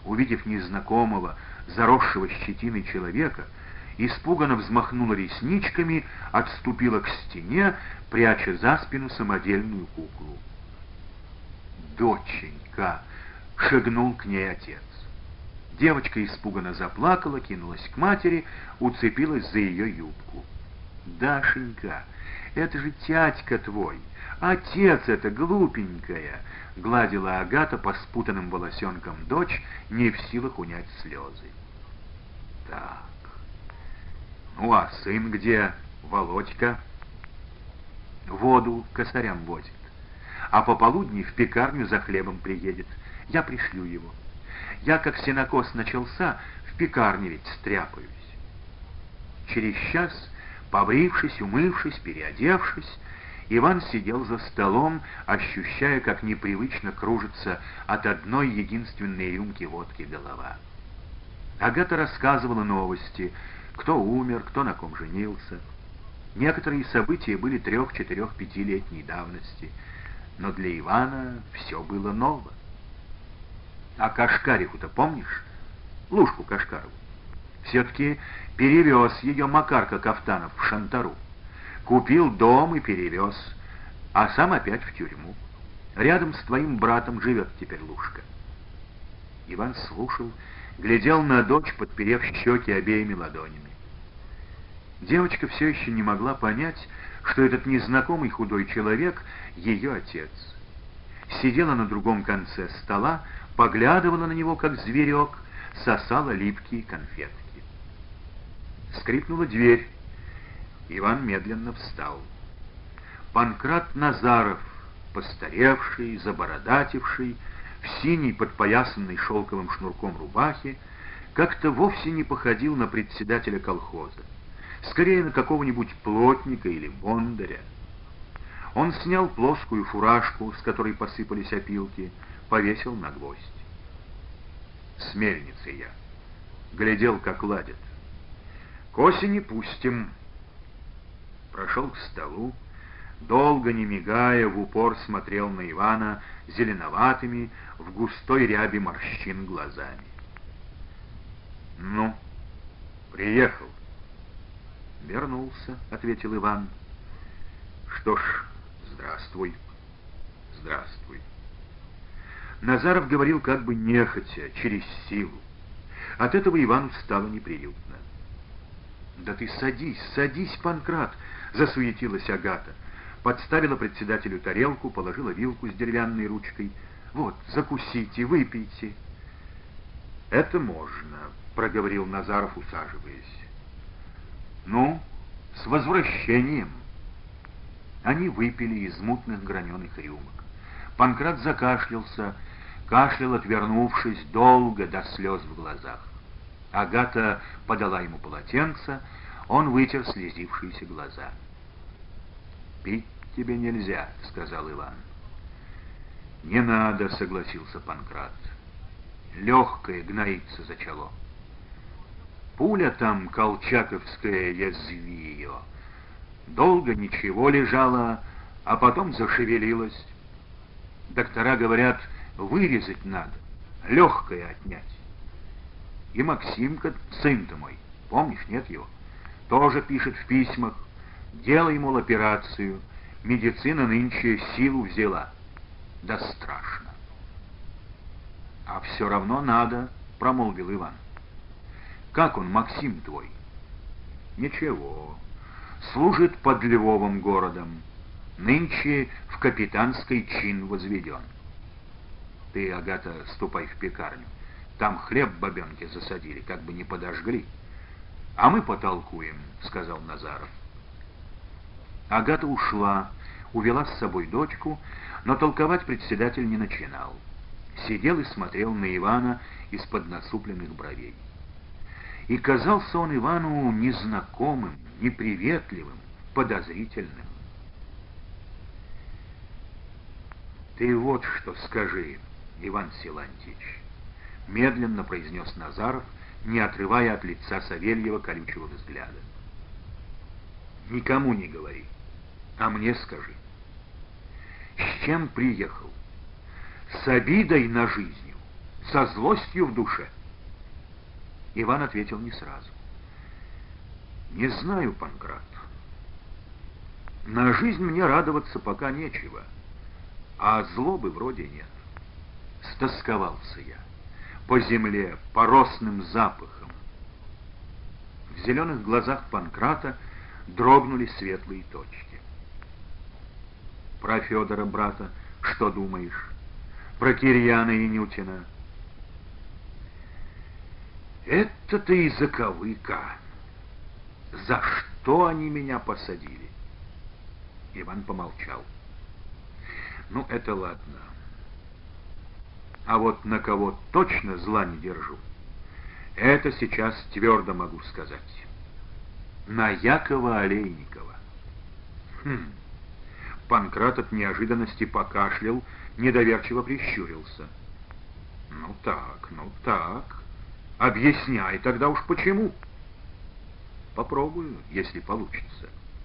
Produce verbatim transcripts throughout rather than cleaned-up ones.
Увидев незнакомого, заросшего щетиной человека, испуганно взмахнула ресничками, отступила к стене, пряча за спину самодельную куклу. «Доченька!» — шагнул к ней отец. Девочка испуганно заплакала, кинулась к матери, уцепилась за ее юбку. «Дашенька, это же тятька твой! Отец это, глупенькая!» — гладила Агата по спутанным волосенкам дочь, не в силах унять слезы. «Так, ну а сын где, Володька?» «Воду косарям возит, а пополудни в пекарню за хлебом приедет. Я пришлю его. Я, как сенокос начался, в пекарне ведь стряпаюсь». Через час, побрившись, умывшись, переодевшись, Иван сидел за столом, ощущая, как непривычно кружится от одной единственной рюмки водки голова. Агата рассказывала новости, кто умер, кто на ком женился. Некоторые события были трех, четырех, пятилетней давности, но для Ивана все было ново. «А Кашкариху-то помнишь? Лужку Кашкарову? Все-таки перевез ее Макарка Кафтанов в Шантару. Купил дом и перевез, а сам опять в тюрьму. Рядом с твоим братом живет теперь Лужка». Иван слушал, глядел на дочь, подперев щеки обеими ладонями. Девочка все еще не могла понять, что этот незнакомый худой человек — ее отец. Сидела на другом конце стола, поглядывала на него, как зверек, сосала липкие конфетки. Скрипнула дверь. Иван медленно встал. Панкрат Назаров, постаревший, забородативший, в синей подпоясанной шелковым шнурком рубахе, как-то вовсе не походил на председателя колхоза, скорее на какого-нибудь плотника или бондаря. Он снял плоскую фуражку, с которой посыпались опилки, повесил на гвоздь. «С мельницей я. Глядел, как ладят. К осени пустим». Прошел к столу, долго не мигая, в упор смотрел на Ивана зеленоватыми, в густой ряби морщин глазами. «Ну, приехал?» «Вернулся», — ответил Иван. «Что ж, здравствуй, здравствуй». Назаров говорил как бы нехотя, через силу. От этого Ивану стало неприютно. «Да ты садись, садись, Панкрат!» — засуетилась Агата. Подставила председателю тарелку, положила вилку с деревянной ручкой. «Вот, закусите, выпейте». «Это можно», — проговорил Назаров, усаживаясь. «Ну, с возвращением». Они выпили из мутных граненых рюмок. Панкрат закашлялся, кашлял, отвернувшись, долго, до слез в глазах. Агата подала ему полотенце, он вытер слезившиеся глаза. «Пить тебе нельзя», — сказал Иван. «Не надо», — согласился Панкрат. «Легкое гноится зачало. Пуля там колчаковская, язви ее. Долго ничего лежала, а потом зашевелилась. Доктора говорят, вырезать надо, легкое отнять. И Максимка, сын-то мой, помнишь, нет его, тоже пишет в письмах, делай, мол, операцию, медицина нынче силу взяла. Да страшно». «А все равно надо», — промолвил Иван. «Как он, Максим твой?» «Ничего, служит под Львовом городом, нынче в капитанский чин возведен. Ты, Агата, ступай в пекарню, там хлеб бабенки засадили, как бы не подожгли. А мы потолкуем», — сказал Назаров. Агата ушла, увела с собой дочку, но толковать председатель не начинал. Сидел и смотрел на Ивана из-под насупленных бровей. И казался он Ивану незнакомым, неприветливым, подозрительным. «Ты вот что скажи, Иван Силантьевич», — медленно произнес Назаров, не отрывая от лица Савельева колючего взгляда. «Никому не говори, а мне скажи. С чем приехал? С обидой на жизнь со злостью в душе. Иван ответил не сразу. Не знаю, Панкрат. На жизнь мне радоваться пока нечего, а злобы вроде нет. Стосковался я по земле, по росным запахам. В зеленых глазах Панкрата дрогнули светлые точки. Про Федора, брата, что думаешь? Про Кирьяна и Нютина? Это-то и заковыка. За что они меня посадили? Иван помолчал. Ну, это ладно. А вот на кого точно зла не держу, это сейчас твердо могу сказать. На Якова Олейникова. Хм. Панкрат от неожиданности покашлял, недоверчиво прищурился. Ну так, ну так. Объясняй тогда уж почему. Попробую, если получится.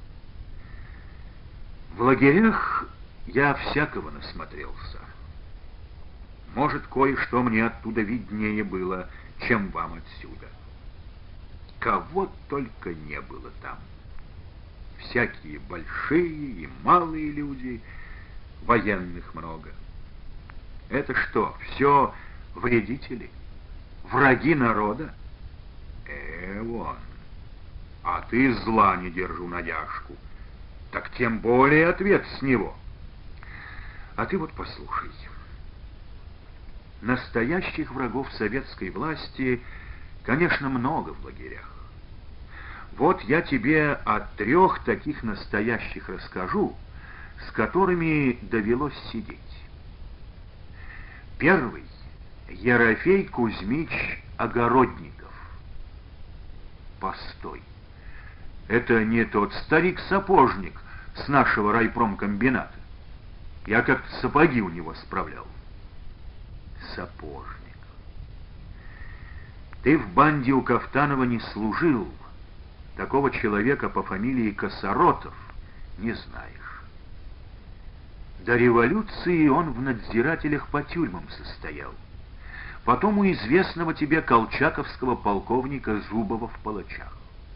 В лагерях я всякого насмотрелся. Может, кое-что мне оттуда виднее было, чем вам отсюда. Кого только не было там. Всякие большие и малые люди, военных много. Это что, все вредители? Враги народа? Э, вон. А ты зла не держу на Яшку. Так тем более ответ с него. А ты вот послушай. Настоящих врагов советской власти, конечно, много в лагерях. Вот я тебе о трех таких настоящих расскажу, с которыми довелось сидеть. Первый — Ерофей Кузьмич Огородников. Постой. Это не тот старик-сапожник с нашего райпромкомбината. Я как-то сапоги у него справлял. Сапожник. Ты в банде у Кафтанова не служил. Такого человека по фамилии Косоротов не знаешь. До революции он в надзирателях по тюрьмам состоял. Потом у известного тебе колчаковского полковника Зубова в палачах.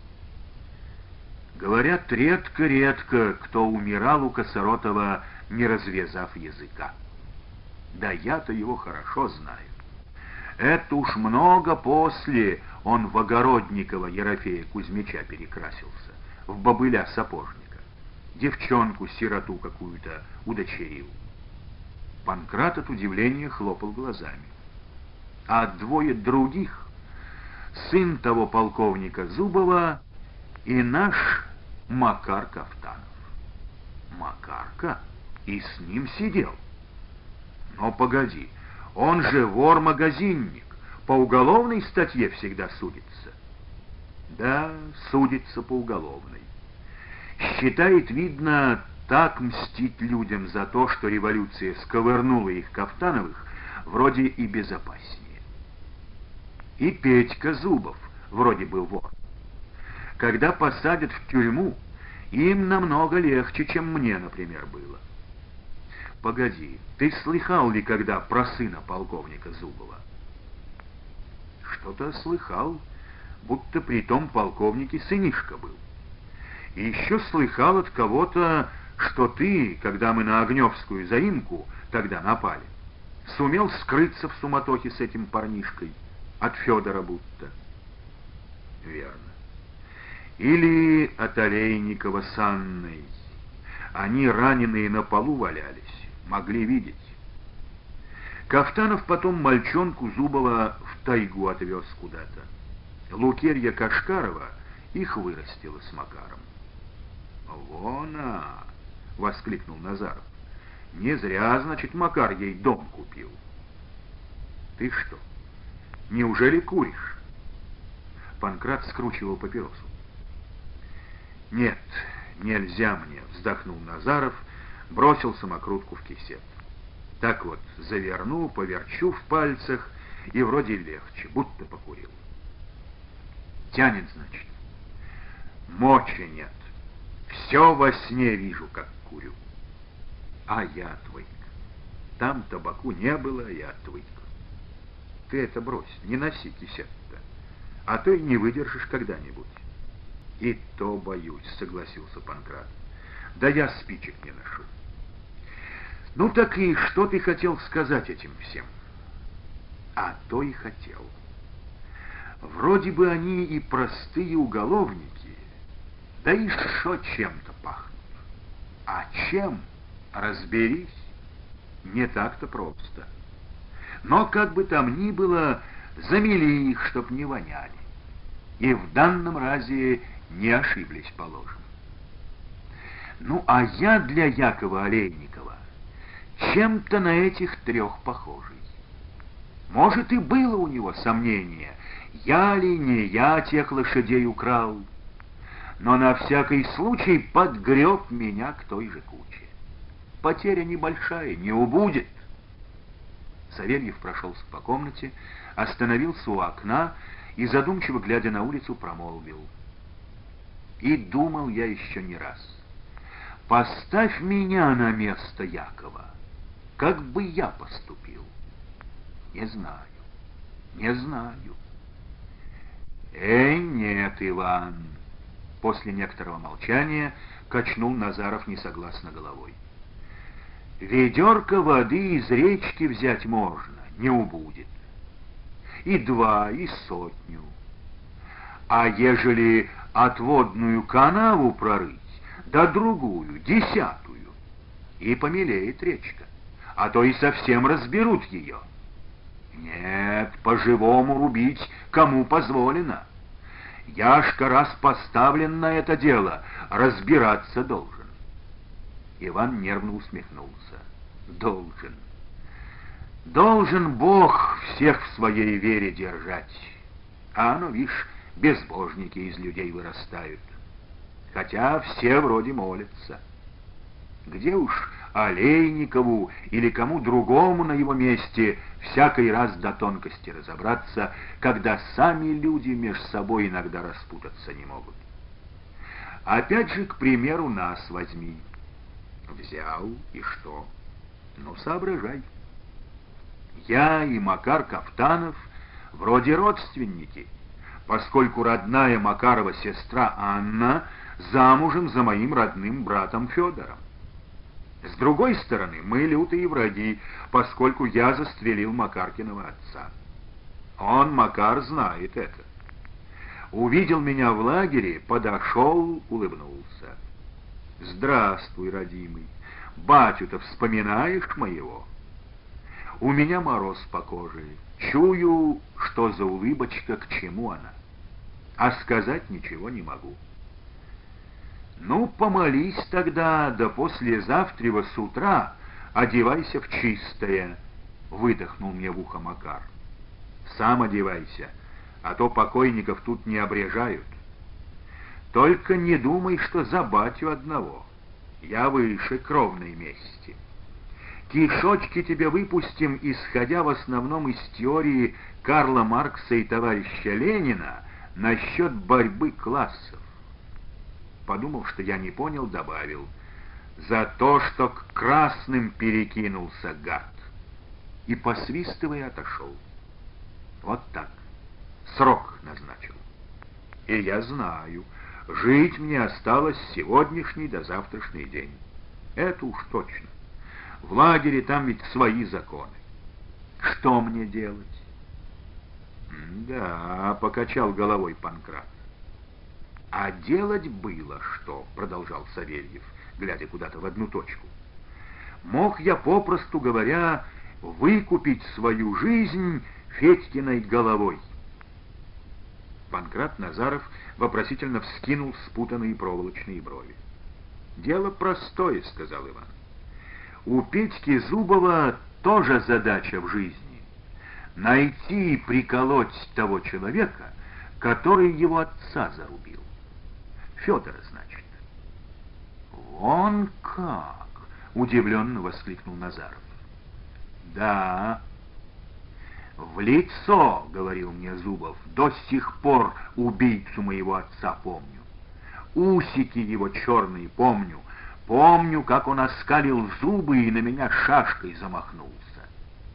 Говорят, редко-редко кто умирал у Косоротова, не развязав языка. Да я-то его хорошо знаю. Это уж много после он в Огородникова Ерофея Кузьмича перекрасился, в бобыля сапожника. Девчонку-сироту какую-то удочерил. Панкрат от удивления хлопал глазами. А двое других, сын того полковника Зубова и наш Макар Кафтанов. Макарка? И с ним сидел. Но погоди, он же вор-магазинник, по уголовной статье всегда судится. Да, судится по уголовной. Считает, видно, так мстить людям за то, что революция сковырнула их Кафтановых, вроде и безопаснее. И Петька Зубов вроде бы вор. Когда посадят в тюрьму, им намного легче, чем мне, например, было. Погоди, ты слыхал ли когда про сына полковника Зубова? Что-то слыхал, будто при том полковнике сынишка был. И еще слыхал от кого-то, что ты, когда мы на Огневскую заимку тогда напали, сумел скрыться в суматохе с этим парнишкой, от Федора будто. Верно. Или от Олейникова с Анной. Они раненые на полу валялись, могли видеть. Кафтанов потом мальчонку Зубова в тайгу отвез куда-то. Лукерья Кашкарова их вырастила с Макаром. «Вон а!» — воскликнул Назаров. «Не зря, значит, Макар ей дом купил». «Ты что, неужели куришь?» Панкрат скручивал папиросу. «Нет, нельзя мне», — вздохнул Назаров, бросил самокрутку в кисет. Так вот, заверну, поверчу в пальцах, и вроде легче, будто покурил. Тянет, значит. Мочи нет. Все во сне вижу, как курю. А я отвык. Там табаку не было, я отвык. ты это брось, не носи кисет-то, а то и не выдержишь когда-нибудь. И то боюсь, согласился Панкрат. Да я спичек не ношу. Ну так и что ты хотел сказать этим всем? А то и хотел. Вроде бы они и простые уголовники, да и шо чем-то пахнут. А чем? Разберись. Не так-то просто. Но как бы там ни было, замели их, чтоб не воняли. И в данном разе не ошиблись положим. Ну, а я для Якова Олейникова чем-то на этих трех похожий. Может, и было у него сомнение, я ли, не я тех лошадей украл, но на всякий случай подгреб меня к той же куче. Потеря небольшая, не убудет. Савельев прошелся по комнате, остановился у окна и, задумчиво глядя на улицу, промолвил. И думал я еще не раз. Поставь меня на место Якова. Как бы я поступил? Не знаю, не знаю. Эй, нет, Иван. После некоторого молчания качнул Назаров несогласно головой. Ведерко воды из речки взять можно, не убудет. И два, и сотню. А ежели отводную канаву прорыть, да другую, десятую, и помелеет речка, а то и совсем разберут ее. Нет, по-живому рубить кому позволено. Яшка, раз поставлен на это дело, разбираться должен. Иван нервно усмехнулся. Должен. Должен Бог всех в своей вере держать. А оно, вишь, безбожники из людей вырастают. Хотя все вроде молятся. Где уж Олейникову или кому другому на его месте всякий раз до тонкости разобраться, когда сами люди меж собой иногда распутаться не могут. Опять же, к примеру, нас возьми. Взял, и что? Ну, соображай. Я и Макар Кафтанов вроде родственники, поскольку родная Макарова сестра Анна замужем за моим родным братом Федором. С другой стороны, мы лютые враги, поскольку я застрелил Макаркиного отца. Он, Макар, знает это. Увидел меня в лагере, подошел, улыбнулся. Здравствуй, родимый. Батю-то вспоминаешь моего? У меня мороз по коже. Чую, что за улыбочка, к чему она. А сказать ничего не могу. Ну, помолись тогда, да послезавтрева с утра одевайся в чистое, выдохнул мне в ухо Макар. Сам одевайся, а то покойников тут не обрежают. Только не думай, что за батю одного. Я выше кровной мести. Кишочки тебе выпустим, исходя в основном из теории Карла Маркса и товарища Ленина насчет борьбы классов. Подумал, что я не понял, добавил: за то, что к красным перекинулся, гад. И, посвистывая, отошел. Вот так. Срок назначил. И я знаю, жить мне осталось сегодняшний до завтрашний день. Это уж точно. В лагере там ведь свои законы. Что мне делать? Да, покачал головой Панкрат. А делать было что, продолжал Савельев, глядя куда-то в одну точку. Мог я, попросту говоря, выкупить свою жизнь Федькиной головой. Панкрат Назаров вопросительно вскинул спутанные проволочные брови. «Дело простое», — сказал Иван. «У Петьки Зубова тоже задача в жизни — найти и приколоть того человека, который его отца зарубил. Федора, значит». «Вон как!» — удивленно воскликнул Назаров. «Да, в лицо, — говорил мне Зубов, — до сих пор убийцу моего отца помню. Усики его черные помню. Помню, как он оскалил зубы и на меня шашкой замахнулся.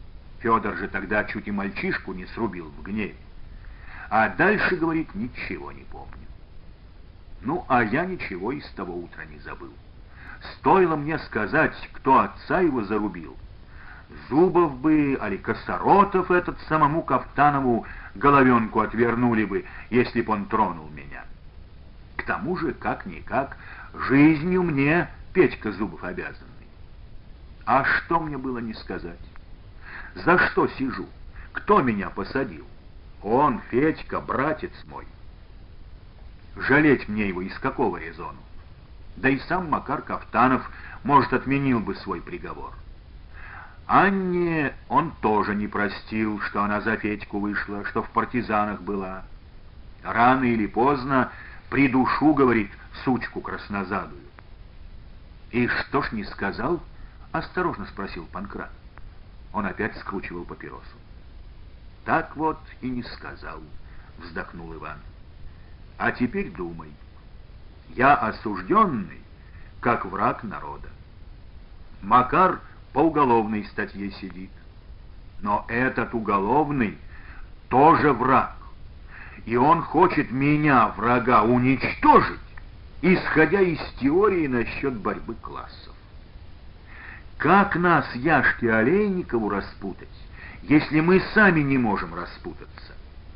Федор же тогда чуть и мальчишку не срубил в гневе. А дальше, говорит, ничего не помню. Ну, а я ничего из того утра не забыл. Стоило мне сказать, кто отца его зарубил. Зубов бы, али Косоротов этот самому Кафтанову головенку отвернули бы, если б он тронул меня. К тому же, как-никак, жизнью мне Петька Зубов обязанный. А что мне было не сказать? За что сижу? Кто меня посадил? Он, Федька, братец мой. Жалеть мне его из какого резону? Да и сам Макар Кафтанов, может, отменил бы свой приговор. Анне он тоже не простил, что она за Федьку вышла, что в партизанах была. Рано или поздно придушу, говорит, сучку краснозадую. И что ж не сказал? Осторожно спросил Панкрат. Он опять скручивал папиросу. Так вот и не сказал, вздохнул Иван. А теперь думай. Я осужденный, как враг народа. Макар по уголовной статье сидит. Но этот уголовный тоже враг. И он хочет меня, врага, уничтожить, исходя из теории насчет борьбы классов. Как нас, Яшке Олейникову, распутать, если мы сами не можем распутаться?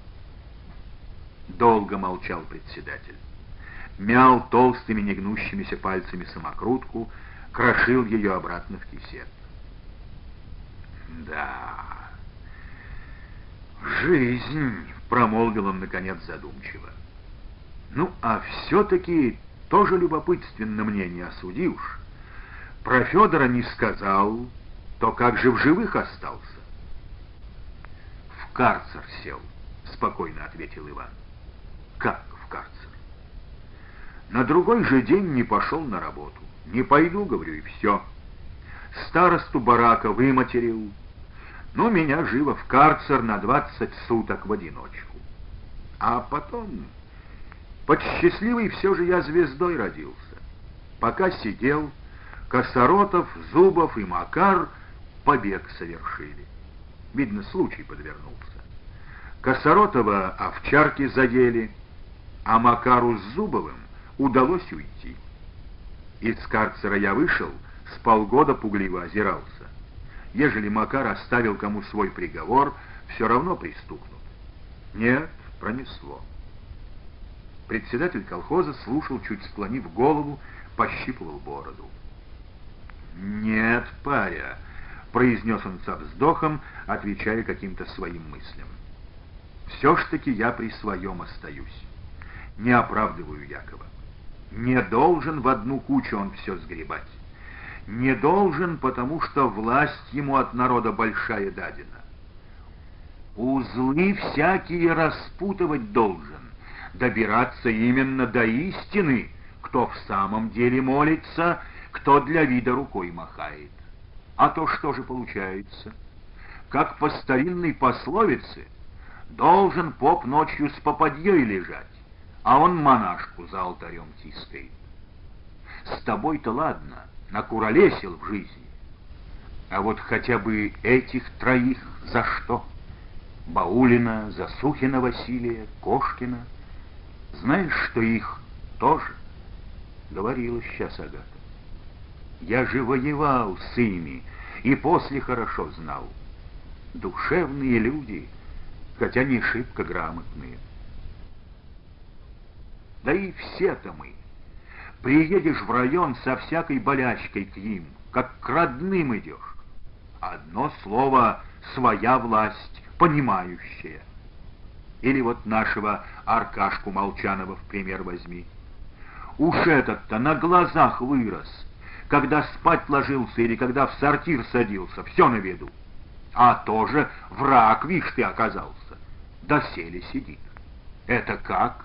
Долго молчал председатель. Мял толстыми негнущимися пальцами самокрутку, крошил ее обратно в кисет. «Да, жизнь», — промолвил он, наконец, задумчиво. «Ну, а все-таки тоже любопытственно мне, не осуди уж. Про Федора не сказал, то как же в живых остался?» «В карцер сел», — спокойно ответил Иван. «Как в карцер?» «На другой же день не пошел на работу. Не пойду, говорю, и все. Старосту барака выматерил. Ну, меня живо в карцер на двадцать суток в одиночку. А потом, под счастливой все же я звездой родился. Пока сидел, Косоротов, Зубов и Макар побег совершили. Видно, случай подвернулся. Косоротова овчарки задели, а Макару с Зубовым удалось уйти. Из карцера я вышел, с полгода пугливо озирался. Ежели Макар оставил кому свой приговор, все равно пристукнут. Нет, пронесло. Председатель колхоза слушал, чуть склонив голову, пощипывал бороду. «Нет, паря», — произнес он со вздохом, отвечая каким-то своим мыслям. «Все ж таки я при своем остаюсь. Не оправдываю Якова. Не должен в одну кучу он все сгребать. Не должен, потому что власть ему от народа большая дадена. Узлы всякие распутывать должен, добираться именно до истины, кто в самом деле молится, кто для вида рукой махает. А то что же получается? Как по старинной пословице, должен поп ночью с попадьей лежать, а он монашку за алтарем тискает. С тобой-то ладно, накуролесил в жизни. А вот хотя бы этих троих за что? Баулина, Засухина Василия, Кошкина. Знаешь, что их тоже? Говорила сейчас Агата. Я же воевал с ими, и после хорошо знал. Душевные люди, хотя не шибко грамотные. Да и все-то мы. Приедешь в район со всякой болячкой к ним, как к родным идешь. Одно слово — своя власть, понимающая. Или вот нашего Аркашку Молчанова в пример возьми. Уж этот-то на глазах вырос, когда спать ложился или когда в сортир садился, все на виду. А тоже враг, вишь ты, оказался. Доселе сидит. Это как?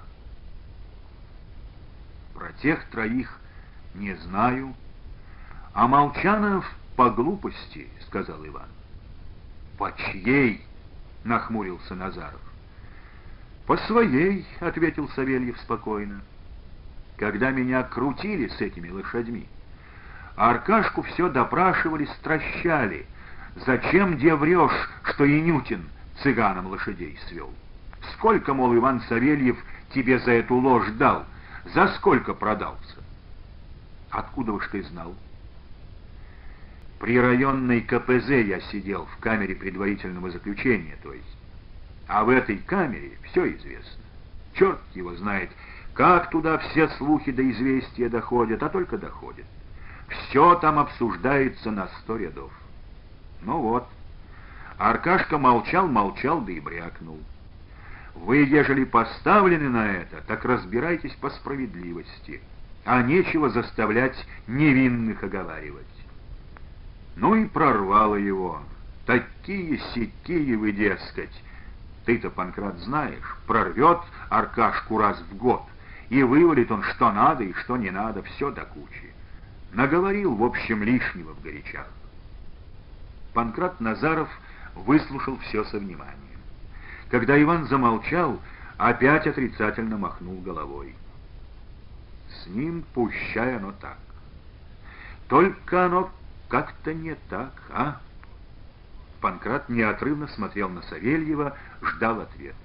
Про тех троих не знаю. А Молчанов по глупости, сказал Иван. По чьей? Нахмурился Назаров. По своей, ответил Савельев спокойно. Когда меня крутили с этими лошадьми, Аркашку все допрашивали, стращали, Зачем, где врешь, что Инютин цыганам лошадей свел? Сколько, мол, Иван Савельев тебе за эту ложь дал? За сколько продался? Откуда уж ты знал? При районной ка пэ зэ я сидел в камере предварительного заключения, то есть. А в этой камере все известно. Черт его знает, как туда все слухи до известия доходят, а только доходят. Все там обсуждается на сто рядов. Ну вот, Аркашка молчал-молчал, да и брякнул. Вы, ежели поставлены на это, так разбирайтесь по справедливости, а нечего заставлять невинных оговаривать. Ну и прорвало его. Такие-сякие вы, дескать. Ты-то, Панкрат, знаешь, прорвет Аркашку раз в год, и вывалит он что надо и что не надо, все до кучи. Наговорил, в общем, лишнего в горячах. Панкрат Назаров выслушал все со вниманием. Когда Иван замолчал, опять отрицательно махнул головой. С ним пущай оно так. Только оно как-то не так, а? Панкрат неотрывно смотрел на Савельева, ждал ответа.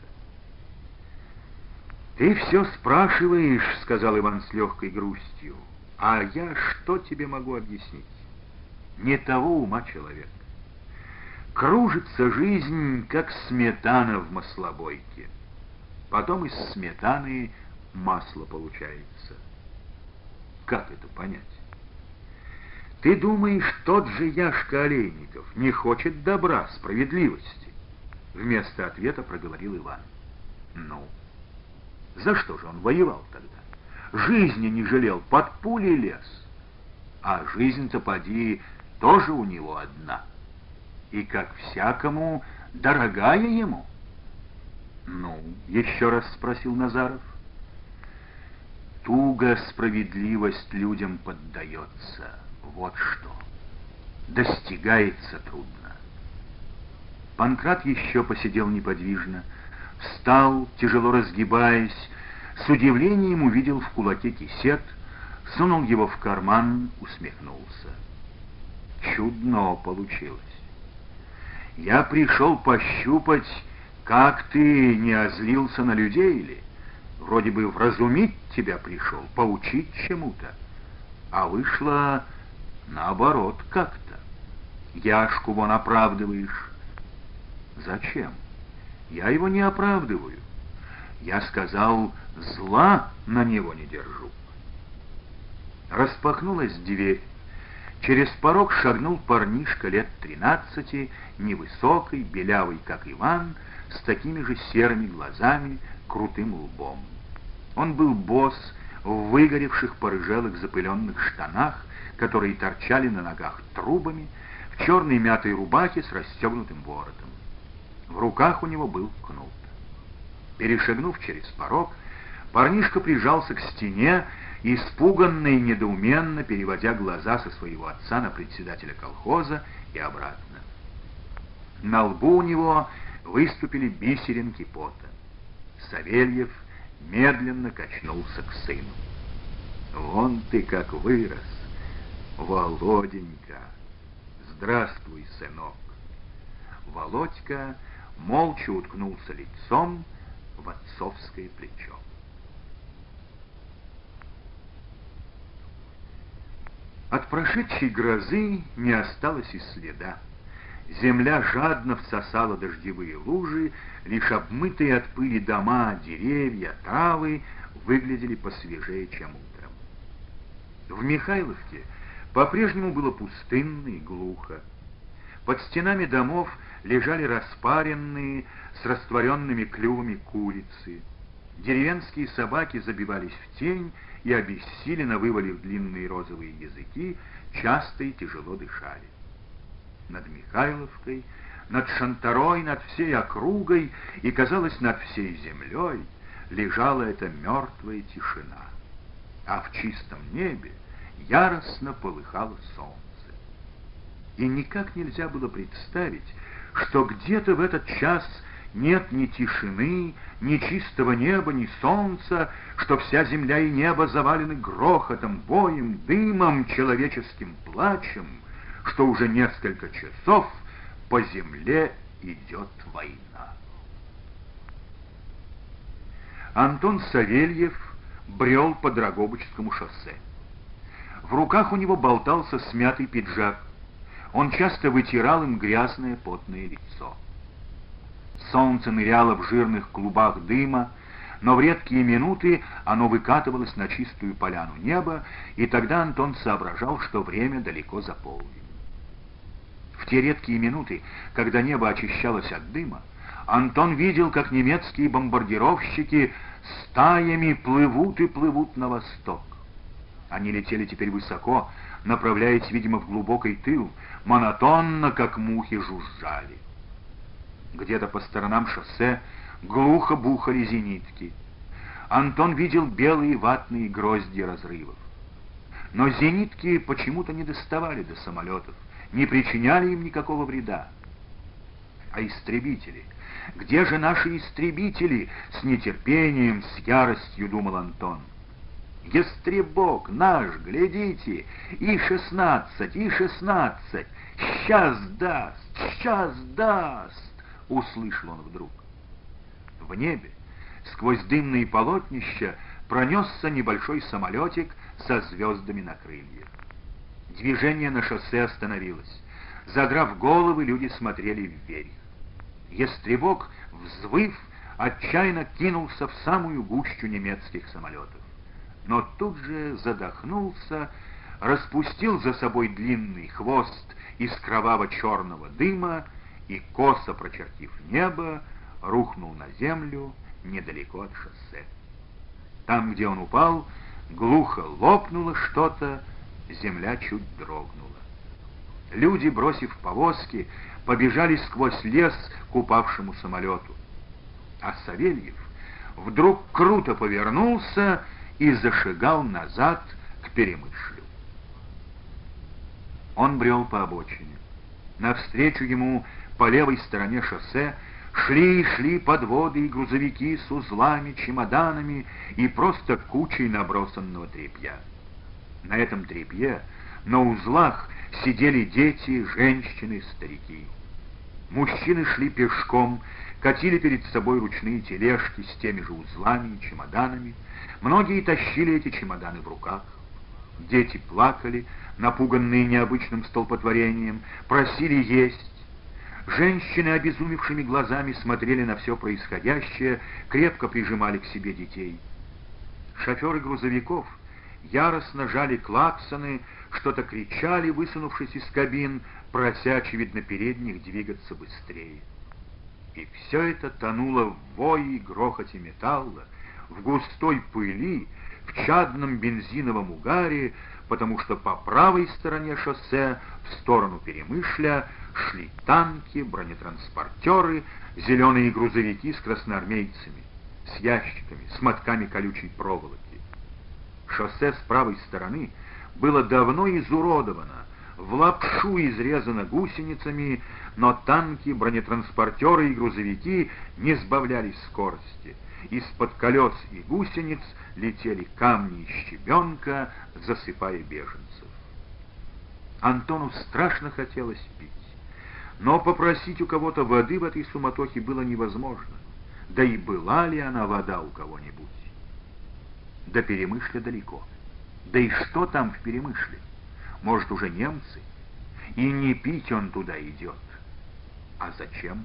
«Ты все спрашиваешь, — сказал Иван с легкой грустью, — а я что тебе могу объяснить? Не того ума человек. Кружится жизнь, как сметана в маслобойке. Потом из сметаны масло получается. Как это понять? Ты думаешь, тот же Яшка Олейников не хочет добра, справедливости?» Вместо ответа проговорил Иван. «Ну, за что же он воевал тогда? Жизни не жалел, под пулей лез. А жизнь-то, поди, тоже у него одна. И, как всякому, дорогая ему». «Ну, еще раз спросил Назаров. «Туго справедливость людям поддается. Вот что. Достигается трудно». Панкрат еще посидел неподвижно, встал, тяжело разгибаясь, с удивлением увидел в кулаке кисет, сунул его в карман, усмехнулся. Чудно получилось. Я пришел пощупать, как ты не озлился на людей ли. Вроде бы вразумить тебя пришел, поучить чему-то. А вышло наоборот как-то. Яшку вон оправдываешь. Зачем? Я его не оправдываю. Я сказал, зла на него не держу. Распахнулась дверь. Через порог шагнул парнишка лет тринадцати, невысокий, белявый, как Иван, с такими же серыми глазами, крутым лбом. Он был босс в выгоревших, порыжелых, запыленных штанах, которые торчали на ногах трубами, в черной мятой рубахе с расстегнутым воротом. В руках у него был кнут. Перешагнув через порог, парнишка прижался к стене, испуганно и недоуменно переводя глаза со своего отца на председателя колхоза и обратно. На лбу у него выступили бисеринки пота. Савельев медленно качнулся к сыну. «Вон ты как вырос, Володенька! Здравствуй, сынок!» Володька молча уткнулся лицом в отцовское плечо. От прошедшей грозы не осталось и следа. Земля жадно всосала дождевые лужи, лишь обмытые от пыли дома, деревья, травы выглядели посвежее, чем утром. В Михайловке по-прежнему было пустынно и глухо. Под стенами домов лежали распаренные, с растворенными клювами курицы. Деревенские собаки забивались в тень и, обессиленно вывалив длинные розовые языки, часто и тяжело дышали. Над Михайловкой, над Шантарой, над всей округой и, казалось, над всей землей лежала эта мертвая тишина. А в чистом небе яростно полыхало солнце. И никак нельзя было представить, что где-то в этот час нет ни тишины, ни чистого неба, ни солнца, что вся земля и небо завалены грохотом, боем, дымом, человеческим плачем, что уже несколько часов по земле идет война. Антон Савельев брел по Драгобычскому шоссе. В руках у него болтался смятый пиджак. Он часто вытирал им грязное потное лицо. Солнце ныряло в жирных клубах дыма, но в редкие минуты оно выкатывалось на чистую поляну неба, и тогда Антон соображал, что время далеко за полдень. В те редкие минуты, когда небо очищалось от дыма, Антон видел, как немецкие бомбардировщики стаями плывут и плывут на восток. Они летели теперь высоко, направляясь, видимо, в глубокий тыл, монотонно, как мухи, жужжали. Где-то по сторонам шоссе глухо бухали зенитки. Антон видел белые ватные грозди разрывов. Но зенитки почему-то не доставали до самолетов, не причиняли им никакого вреда. А истребители? Где же наши истребители? С нетерпением, с яростью думал Антон. Ястребок наш, глядите, И шестнадцать, И шестнадцать, сейчас даст, сейчас даст, услышал он вдруг. В небе, сквозь дымные полотнища, пронесся небольшой самолетик со звездами на крыльях. Движение на шоссе остановилось. Задрав головы, люди смотрели вверх. Ястребок, взвыв, отчаянно кинулся в самую гущу немецких самолетов. Но тут же задохнулся, распустил за собой длинный хвост из кроваво-черного дыма и, косо прочертив небо, рухнул на землю недалеко от шоссе. Там, где он упал, глухо лопнуло что-то, земля чуть дрогнула. Люди, бросив повозки, побежали сквозь лес к упавшему самолету. А Савельев вдруг круто повернулся и зашагал назад к Перемышлю. Он брел по обочине. Навстречу ему по левой стороне шоссе шли и шли подводы и грузовики с узлами, чемоданами и просто кучей набросанного тряпья. На этом тряпье, на узлах, сидели дети, женщины, старики. Мужчины шли пешком, катили перед собой ручные тележки с теми же узлами и чемоданами. Многие тащили эти чемоданы в руках. Дети плакали, напуганные необычным столпотворением, просили есть. Женщины обезумевшими глазами смотрели на все происходящее, крепко прижимали к себе детей. Шоферы грузовиков яростно жали клаксоны, что-то кричали, высунувшись из кабин, прося, очевидно, передних двигаться быстрее. И все это тонуло в вое и грохоте металла, в густой пыли, в чадном бензиновом угаре, потому что по правой стороне шоссе, в сторону Перемышля, шли танки, бронетранспортеры, зеленые грузовики с красноармейцами, с ящиками, с мотками колючей проволоки. Шоссе с правой стороны было давно изуродовано, в лапшу изрезано гусеницами, но танки, бронетранспортеры и грузовики не сбавляли скорости. Из-под колес и гусениц летели камни и щебенка, засыпая беженцев. Антону страшно хотелось пить, но попросить у кого-то воды в этой суматохе было невозможно. Да и была ли она вода у кого-нибудь? До Перемышля далеко. Да и что там в Перемышле? Может, уже немцы? И не пить он туда идет. А зачем?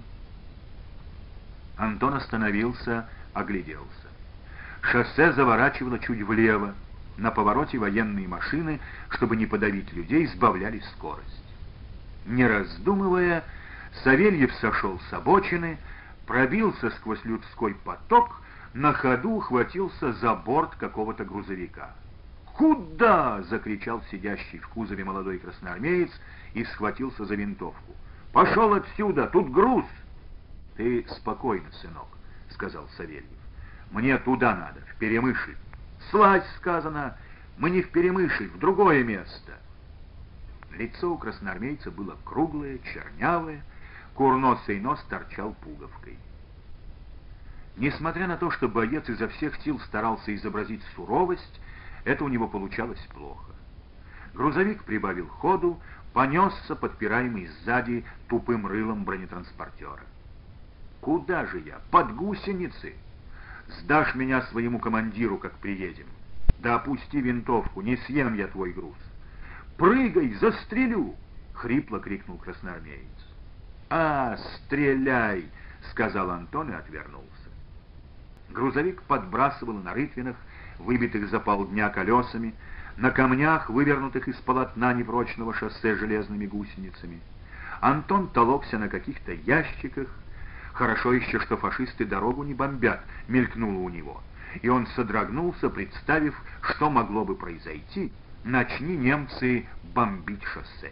Антон остановился, огляделся. Шоссе заворачивало чуть влево. На повороте военные машины, чтобы не подавить людей, сбавляли скорость. Не раздумывая, Савельев сошел с обочины, пробился сквозь людской поток, на ходу ухватился за борт какого-то грузовика. «Куда?» — закричал сидящий в кузове молодой красноармеец и схватился за винтовку. «Пошел отсюда! Тут груз!» «Ты спокойно, сынок», — сказал Савельев. «Мне туда надо, в Перемышль». «Слазь!» — сказано. «Мы не в Перемышль, в другое место». Лицо у красноармейца было круглое, чернявое, курносый нос торчал пуговкой. Несмотря на то, что боец изо всех сил старался изобразить суровость, это у него получалось плохо. Грузовик прибавил ходу, понесся, подпираемый сзади тупым рылом бронетранспортера. «Куда же я? Под гусеницы! Сдашь меня своему командиру, как приедем. Да опусти винтовку, не съем я твой груз. Прыгай, застрелю!» — хрипло крикнул красноармеец. «А, стреляй!» — сказал Антон и отвернулся. Грузовик подбрасывал на рытвинах, выбитых за полдня колесами, на камнях, вывернутых из полотна непрочного шоссе железными гусеницами. Антон толокся на каких-то ящиках. Хорошо еще, что фашисты дорогу не бомбят, мелькнуло у него. И он содрогнулся, представив, что могло бы произойти, начни немцы бомбить шоссе.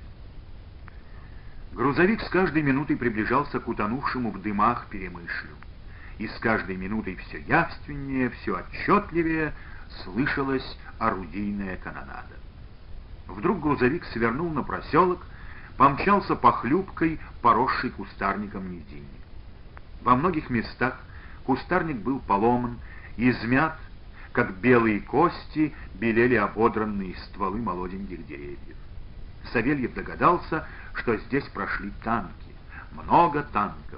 Грузовик с каждой минутой приближался к утонувшему в дымах Перемышлю. И с каждой минутой все явственнее, все отчетливее слышалась орудийная канонада. Вдруг грузовик свернул на проселок, помчался по хлюпкой, поросшей кустарником низине. Во многих местах кустарник был поломан, измят, как белые кости белели ободранные стволы молоденьких деревьев. Савельев догадался, что здесь прошли танки, много танков.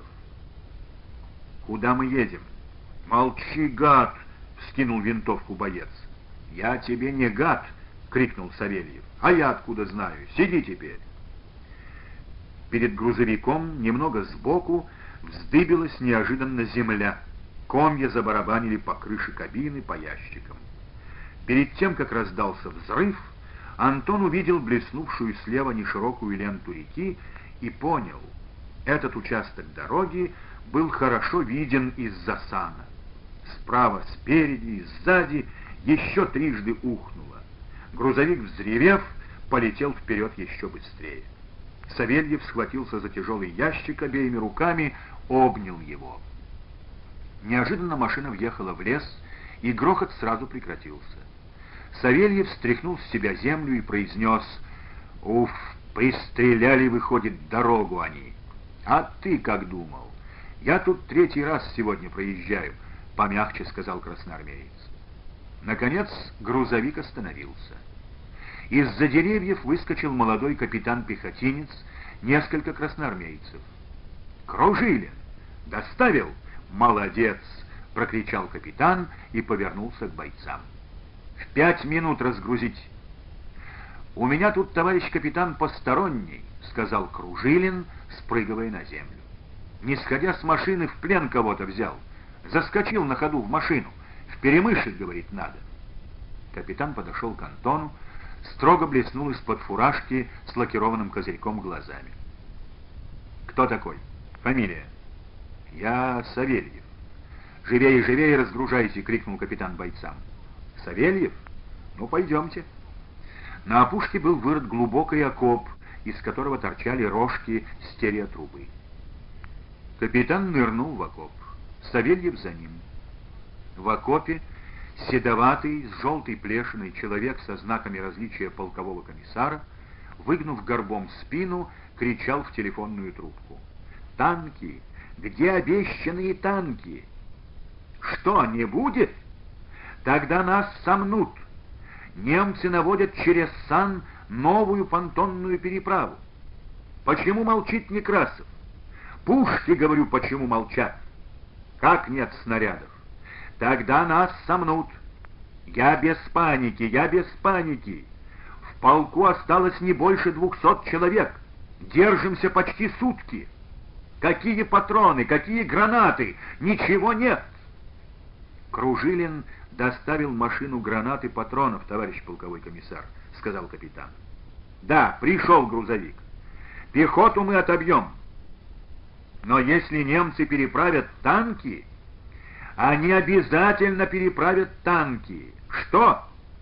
«Куда мы едем?» «Молчи, гад!» — вскинул винтовку боец. «Я тебе не гад!» — крикнул Савельев. «А я откуда знаю? Сиди теперь!» Перед грузовиком, немного сбоку, вздыбилась неожиданно земля. Комья забарабанили по крыше кабины, по ящикам. Перед тем, как раздался взрыв, Антон увидел блеснувшую слева неширокую ленту реки и понял, этот участок дороги был хорошо виден из-за сана. Справа, спереди и сзади еще трижды ухнуло. Грузовик, взревев, полетел вперед еще быстрее. Савельев схватился за тяжелый ящик обеими руками, обнял его. Неожиданно машина въехала в лес, и грохот сразу прекратился. Савельев стряхнул с себя землю и произнес: «Уф, пристреляли, выходит, дорогу они. А ты как думал? Я тут третий раз сегодня проезжаю», — помягче сказал красноармеец. Наконец грузовик остановился. Из-за деревьев выскочил молодой капитан-пехотинец, несколько красноармейцев. «Кружилин! Доставил? Молодец!» — прокричал капитан и повернулся к бойцам. «В пять минут разгрузить!» «У меня тут, товарищ капитан, посторонний», — сказал Кружилин, спрыгивая на землю. «Не сходя с машины, в плен кого-то взял. Заскочил на ходу в машину. В Перемышль, говорит, надо». Капитан подошел к Антону, строго блеснул из-под фуражки с лакированным козырьком глазами. «Кто такой? Фамилия?» «Я Савельев». «Живее, живее разгружайте!» — крикнул капитан бойцам. «Савельев? Ну, пойдемте». На опушке был вырыт глубокий окоп, из которого торчали рожки стереотрубы. Капитан нырнул в окоп. Савельев за ним. В окопе седоватый, с желтой плешиной человек со знаками различия полкового комиссара, выгнув горбом спину, кричал в телефонную трубку: «Танки! Где обещанные танки? Что, не будет? Тогда нас сомнут. Немцы наводят через Сан новую понтонную переправу. Почему молчит Некрасов? Пушки, говорю, почему молчат? Как нет снарядов? Тогда нас сомнут. Я без паники, я без паники. В полку осталось не больше двухсот человек. Держимся почти сутки. Какие патроны, какие гранаты? Ничего нет!» «Кружилин доставил машину гранат и патронов, товарищ полковой комиссар», — сказал капитан. «Да, пришел грузовик. Пехоту мы отобьем. Но если немцы переправят танки, они обязательно переправят танки. Что?»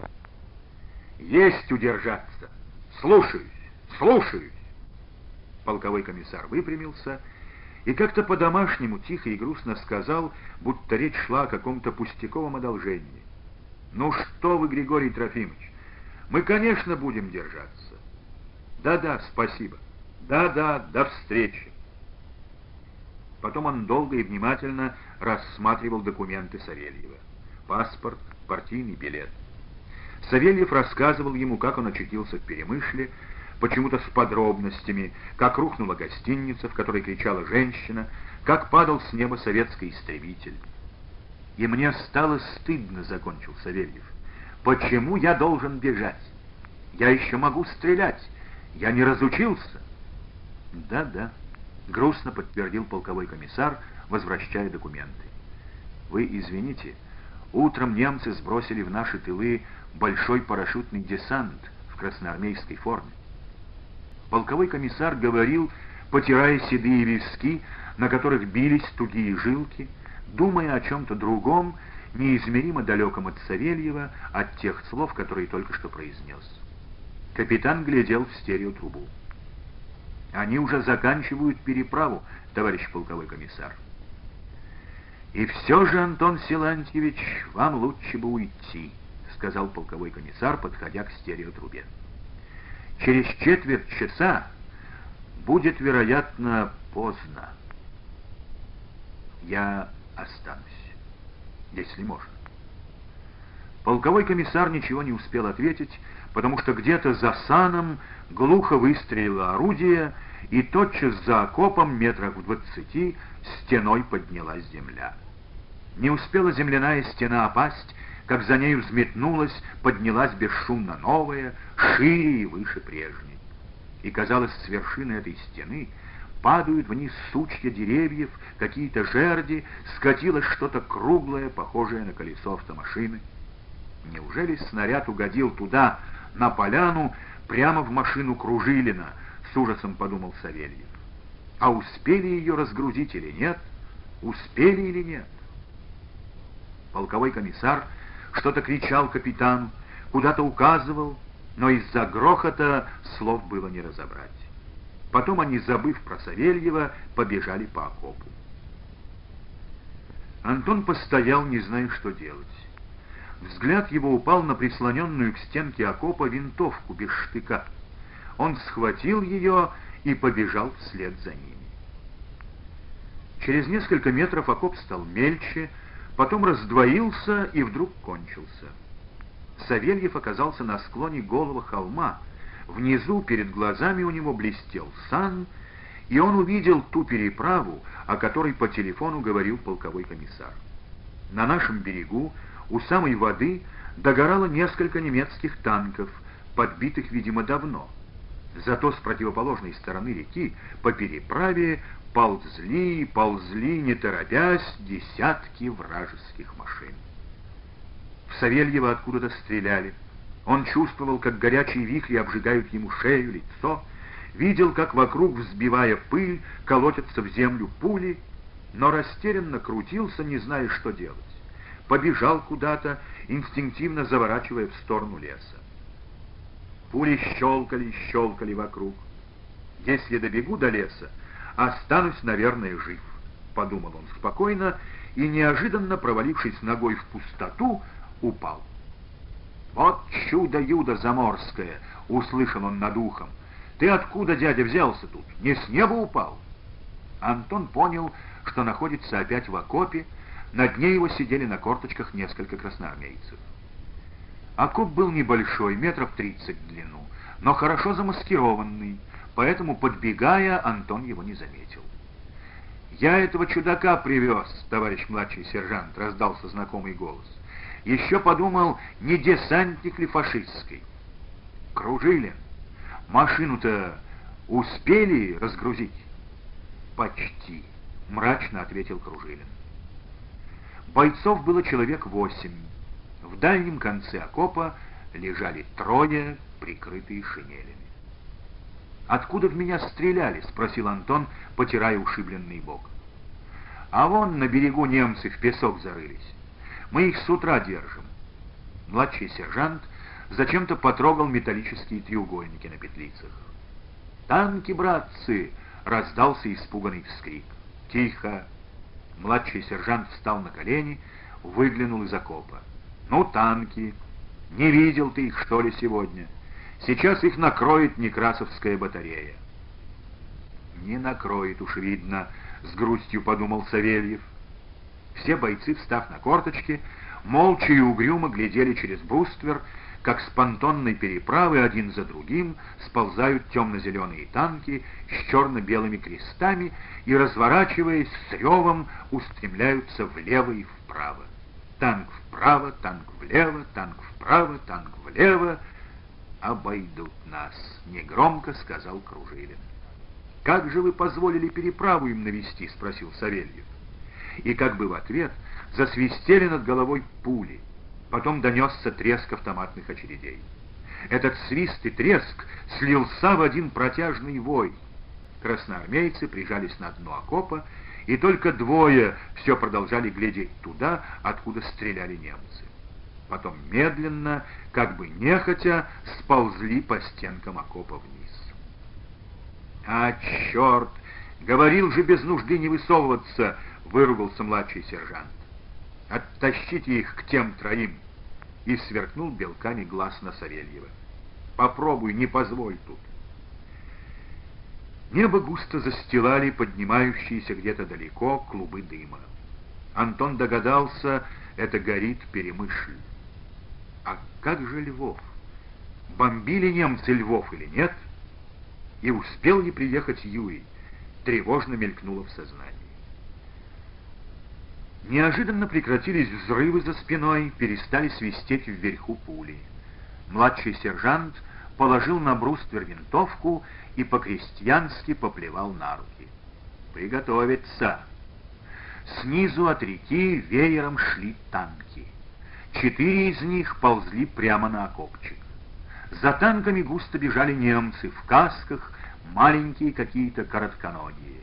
«Есть удержаться. Слушаюсь, слушаюсь». Полковой комиссар выпрямился и как-то по-домашнему тихо и грустно сказал, будто речь шла о каком-то пустяковом одолжении: «Ну что вы, Григорий Трофимович, мы, конечно, будем держаться. Да-да, спасибо. Да-да, до встречи». Потом он долго и внимательно рассматривал документы Савельева. Паспорт, партийный билет. Савельев рассказывал ему, как он очутился в Перемышле, почему-то с подробностями, как рухнула гостиница, в которой кричала женщина, как падал с неба советский истребитель. И мне стало стыдно, закончил Савельев. Почему я должен бежать? Я еще могу стрелять. Я не разучился. Да-да, грустно подтвердил полковой комиссар, возвращая документы. Вы извините, утром немцы сбросили в наши тылы большой парашютный десант в красноармейской форме. Полковой комиссар говорил, потирая седые виски, на которых бились тугие жилки, думая о чем-то другом, неизмеримо далеком от Савельева, от тех слов, которые только что произнес. Капитан глядел в стереотрубу. «Они уже заканчивают переправу, товарищ полковой комиссар». «И все же, Антон Силантьевич, вам лучше бы уйти», — сказал полковой комиссар, подходя к стереотрубе. «Через четверть часа будет, вероятно, поздно. Я останусь, если можно». Полковой комиссар ничего не успел ответить, потому что где-то за саном глухо выстрелило орудие, и тотчас за окопом метрах в двадцати стеной поднялась земля. Не успела земляная стена опасть, как за нею взметнулась, поднялась бесшумно новая, шире и выше прежней. И, казалось, с вершины этой стены падают вниз сучья деревьев, какие-то жерди, скатилось что-то круглое, похожее на колесо автомашины. Неужели снаряд угодил туда, на поляну, прямо в машину Кружилина, с ужасом подумал Савельев. А успели ее разгрузить или нет? Успели или нет? Полковой комиссар что-то кричал капитану, куда-то указывал, но из-за грохота слов было не разобрать. Потом они, забыв про Савельева, побежали по окопу. Антон постоял, не зная, что делать. Взгляд его упал на прислоненную к стенке окопа винтовку без штыка. Он схватил ее и побежал вслед за ними. Через несколько метров окоп стал мельче, потом раздвоился и вдруг кончился. Савельев оказался на склоне голого холма. Внизу перед глазами у него блестел сан, и он увидел ту переправу, о которой по телефону говорил полковой комиссар. На нашем берегу, у самой воды, догорало несколько немецких танков, подбитых, видимо, давно. Зато с противоположной стороны реки по переправе ползли, ползли, не торопясь, десятки вражеских машин. В Савельева откуда-то стреляли. Он чувствовал, как горячие вихри обжигают ему шею, лицо, видел, как вокруг, взбивая пыль, колотятся в землю пули, но растерянно крутился, не зная, что делать. Побежал куда-то, инстинктивно заворачивая в сторону леса. Пули щелкали, щелкали вокруг. «Если добегу до леса, останусь, наверное, жив», — подумал он спокойно, и, неожиданно провалившись ногой в пустоту, упал. «Вот чудо-юдо заморское!» — услышал он над ухом. «Ты откуда, дядя, взялся тут? Не с неба упал?» Антон понял, что находится опять в окопе. На дне его сидели на корточках несколько красноармейцев. Окоп был небольшой, метров тридцать в длину, но хорошо замаскированный, поэтому, подбегая, Антон его не заметил. «Я этого чудака привез, товарищ младший сержант», — раздался знакомый голос. «Еще подумал, не десантник ли фашистский?» «Кружилин, машину-то успели разгрузить?» «Почти», — мрачно ответил Кружилин. Бойцов было человек восемь. В дальнем конце окопа лежали трое, прикрытые шинелями. «Откуда в меня стреляли?» — спросил Антон, потирая ушибленный бок. «А вон на берегу немцы в песок зарылись. Мы их с утра держим». Младший сержант зачем-то потрогал металлические треугольники на петлицах. «Танки, братцы!» — раздался испуганный вскрик. «Тихо!» Младший сержант встал на колени, выглянул из окопа. «Ну, танки! Не видел ты их, что ли, сегодня? Сейчас их накроет Некрасовская батарея». «Не накроет уж, видно», — с грустью подумал Савельев. Все бойцы, встав на корточки, молча и угрюмо глядели через бруствер, как с понтонной переправы один за другим сползают темно-зеленые танки с черно-белыми крестами и, разворачиваясь с ревом, устремляются влево и вправо. Танк вправо, танк влево, танк вправо, танк влево. «Обойдут нас», — негромко сказал Кружилин. «Как же вы позволили переправу им навести?» — спросил Савельев. И как бы в ответ засвистели над головой пули. Потом донесся треск автоматных очередей. Этот свист и треск слился в один протяжный вой. Красноармейцы прижались на дно окопа, и только двое все продолжали глядеть туда, откуда стреляли немцы. Потом медленно, как бы нехотя, сползли по стенкам окопа вниз. «А, черт! Говорил же без нужды не высовываться!» — выругался младший сержант. «Оттащите их к тем троим!» И сверкнул белками глаз на Савельева. «Попробуй, не позволь тут!» Небо густо застилали поднимающиеся где-то далеко клубы дыма. Антон догадался, это горит Перемышль. А как же Львов? Бомбили немцы Львов или нет? И успел ли приехать Юрий? Тревожно мелькнуло в сознании. Неожиданно прекратились взрывы за спиной, перестали свистеть вверху пули. Младший сержант положил на бруствер винтовку и по-крестьянски поплевал на руки. «Приготовиться!» Снизу от реки веером шли танки. Четыре из них ползли прямо на окопчик. За танками густо бежали немцы в касках, маленькие какие-то коротконогие.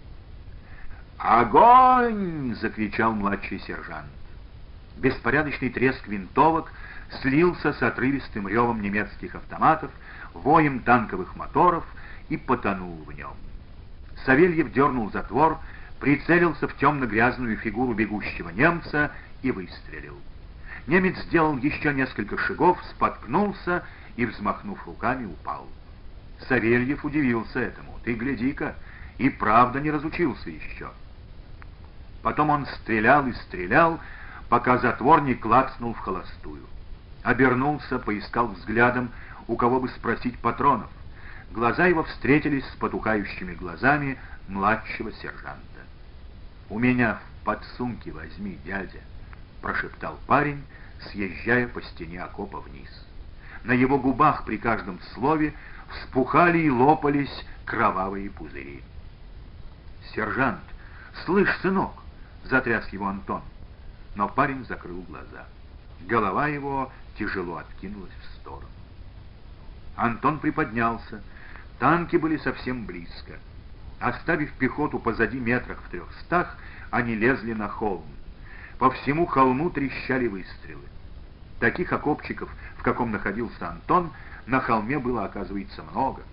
«Огонь!» — закричал младший сержант. Беспорядочный треск винтовок слился с отрывистым ревом немецких автоматов, воем танковых моторов и потонул в нем. Савельев дернул затвор, прицелился в темно-грязную фигуру бегущего немца и выстрелил. Немец сделал еще несколько шагов, споткнулся и, взмахнув руками, упал. Савельев удивился этому. «Ты гляди-ка, и правда не разучился еще». Потом он стрелял и стрелял, пока затвор не клацнул в холостую. Обернулся, поискал взглядом, у кого бы спросить патронов. Глаза его встретились с потухающими глазами младшего сержанта. «У меня в подсумке возьми, дядя», — прошептал парень, съезжая по стене окопа вниз. На его губах при каждом слове вспухали и лопались кровавые пузыри. «Сержант, слышь, сынок!» — затряс его Антон. Но парень закрыл глаза. Голова его тяжело откинулась в сторону. Антон приподнялся. Танки были совсем близко. Оставив пехоту позади метрах в трехстах, они лезли на холм. По всему холму трещали выстрелы. Таких окопчиков, в каком находился Антон, на холме было, оказывается, много.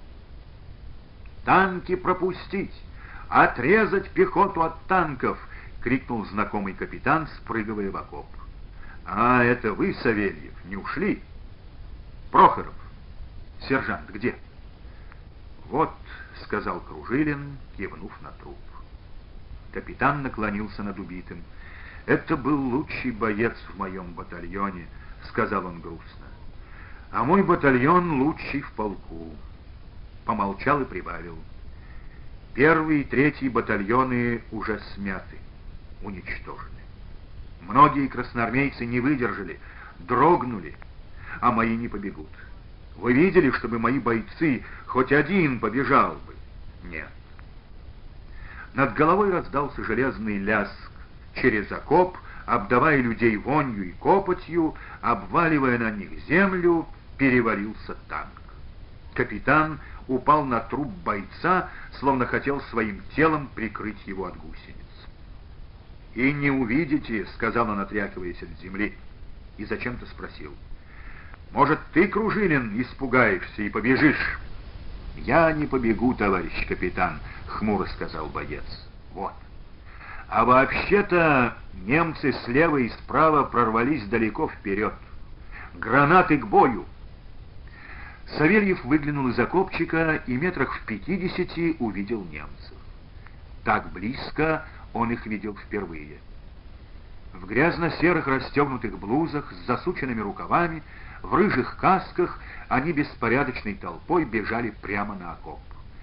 «Танки пропустить! Отрезать пехоту от танков!» — крикнул знакомый капитан, спрыгивая в окоп. «А, это вы, Савельев, не ушли?» «Прохоров! Сержант, где?» «Вот», — сказал Кружилин, кивнув на труп. Капитан наклонился над убитым. «Это был лучший боец в моем батальоне», — сказал он грустно. «А мой батальон лучший в полку». Помолчал и прибавил. «Первый и третий батальоны уже смяты, уничтожены. Многие красноармейцы не выдержали, дрогнули, а мои не побегут. Вы видели, чтобы мои бойцы хоть один побежал бы? Нет». Над головой раздался железный лязг. Через окоп, обдавая людей вонью и копотью, обваливая на них землю, перевалился танк. Капитан упал на труп бойца, словно хотел своим телом прикрыть его от гусениц. «И не увидите», — сказал он, отряхиваясь от земли, и зачем-то спросил: «Может, ты, Кружилин, испугаешься и побежишь?» «Я не побегу, товарищ капитан», — хмуро сказал боец. «Вот. А вообще-то немцы слева и справа прорвались далеко вперед. Гранаты к бою!» Савельев выглянул из окопчика и метрах в пятидесяти увидел немцев. Так близко он их видел впервые. В грязно-серых расстегнутых блузах с засученными рукавами, в рыжих касках они беспорядочной толпой бежали прямо на окоп.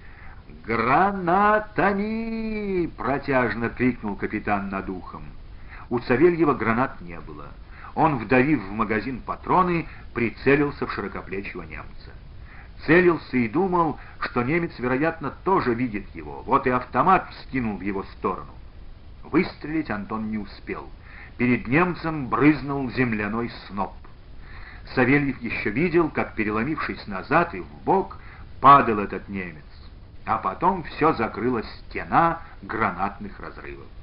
«Гранатами!» — протяжно крикнул капитан над ухом. У Савельева гранат не было. Он, вдавив в магазин патроны, прицелился в широкоплечего немца. Целился и думал, что немец, вероятно, тоже видит его. Вот и автомат вскинул в его сторону. Выстрелить Антон не успел. Перед немцем брызнул земляной сноп. Савельев еще видел, как, переломившись назад и вбок, падал этот немец. А потом все закрыла стена гранатных разрывов.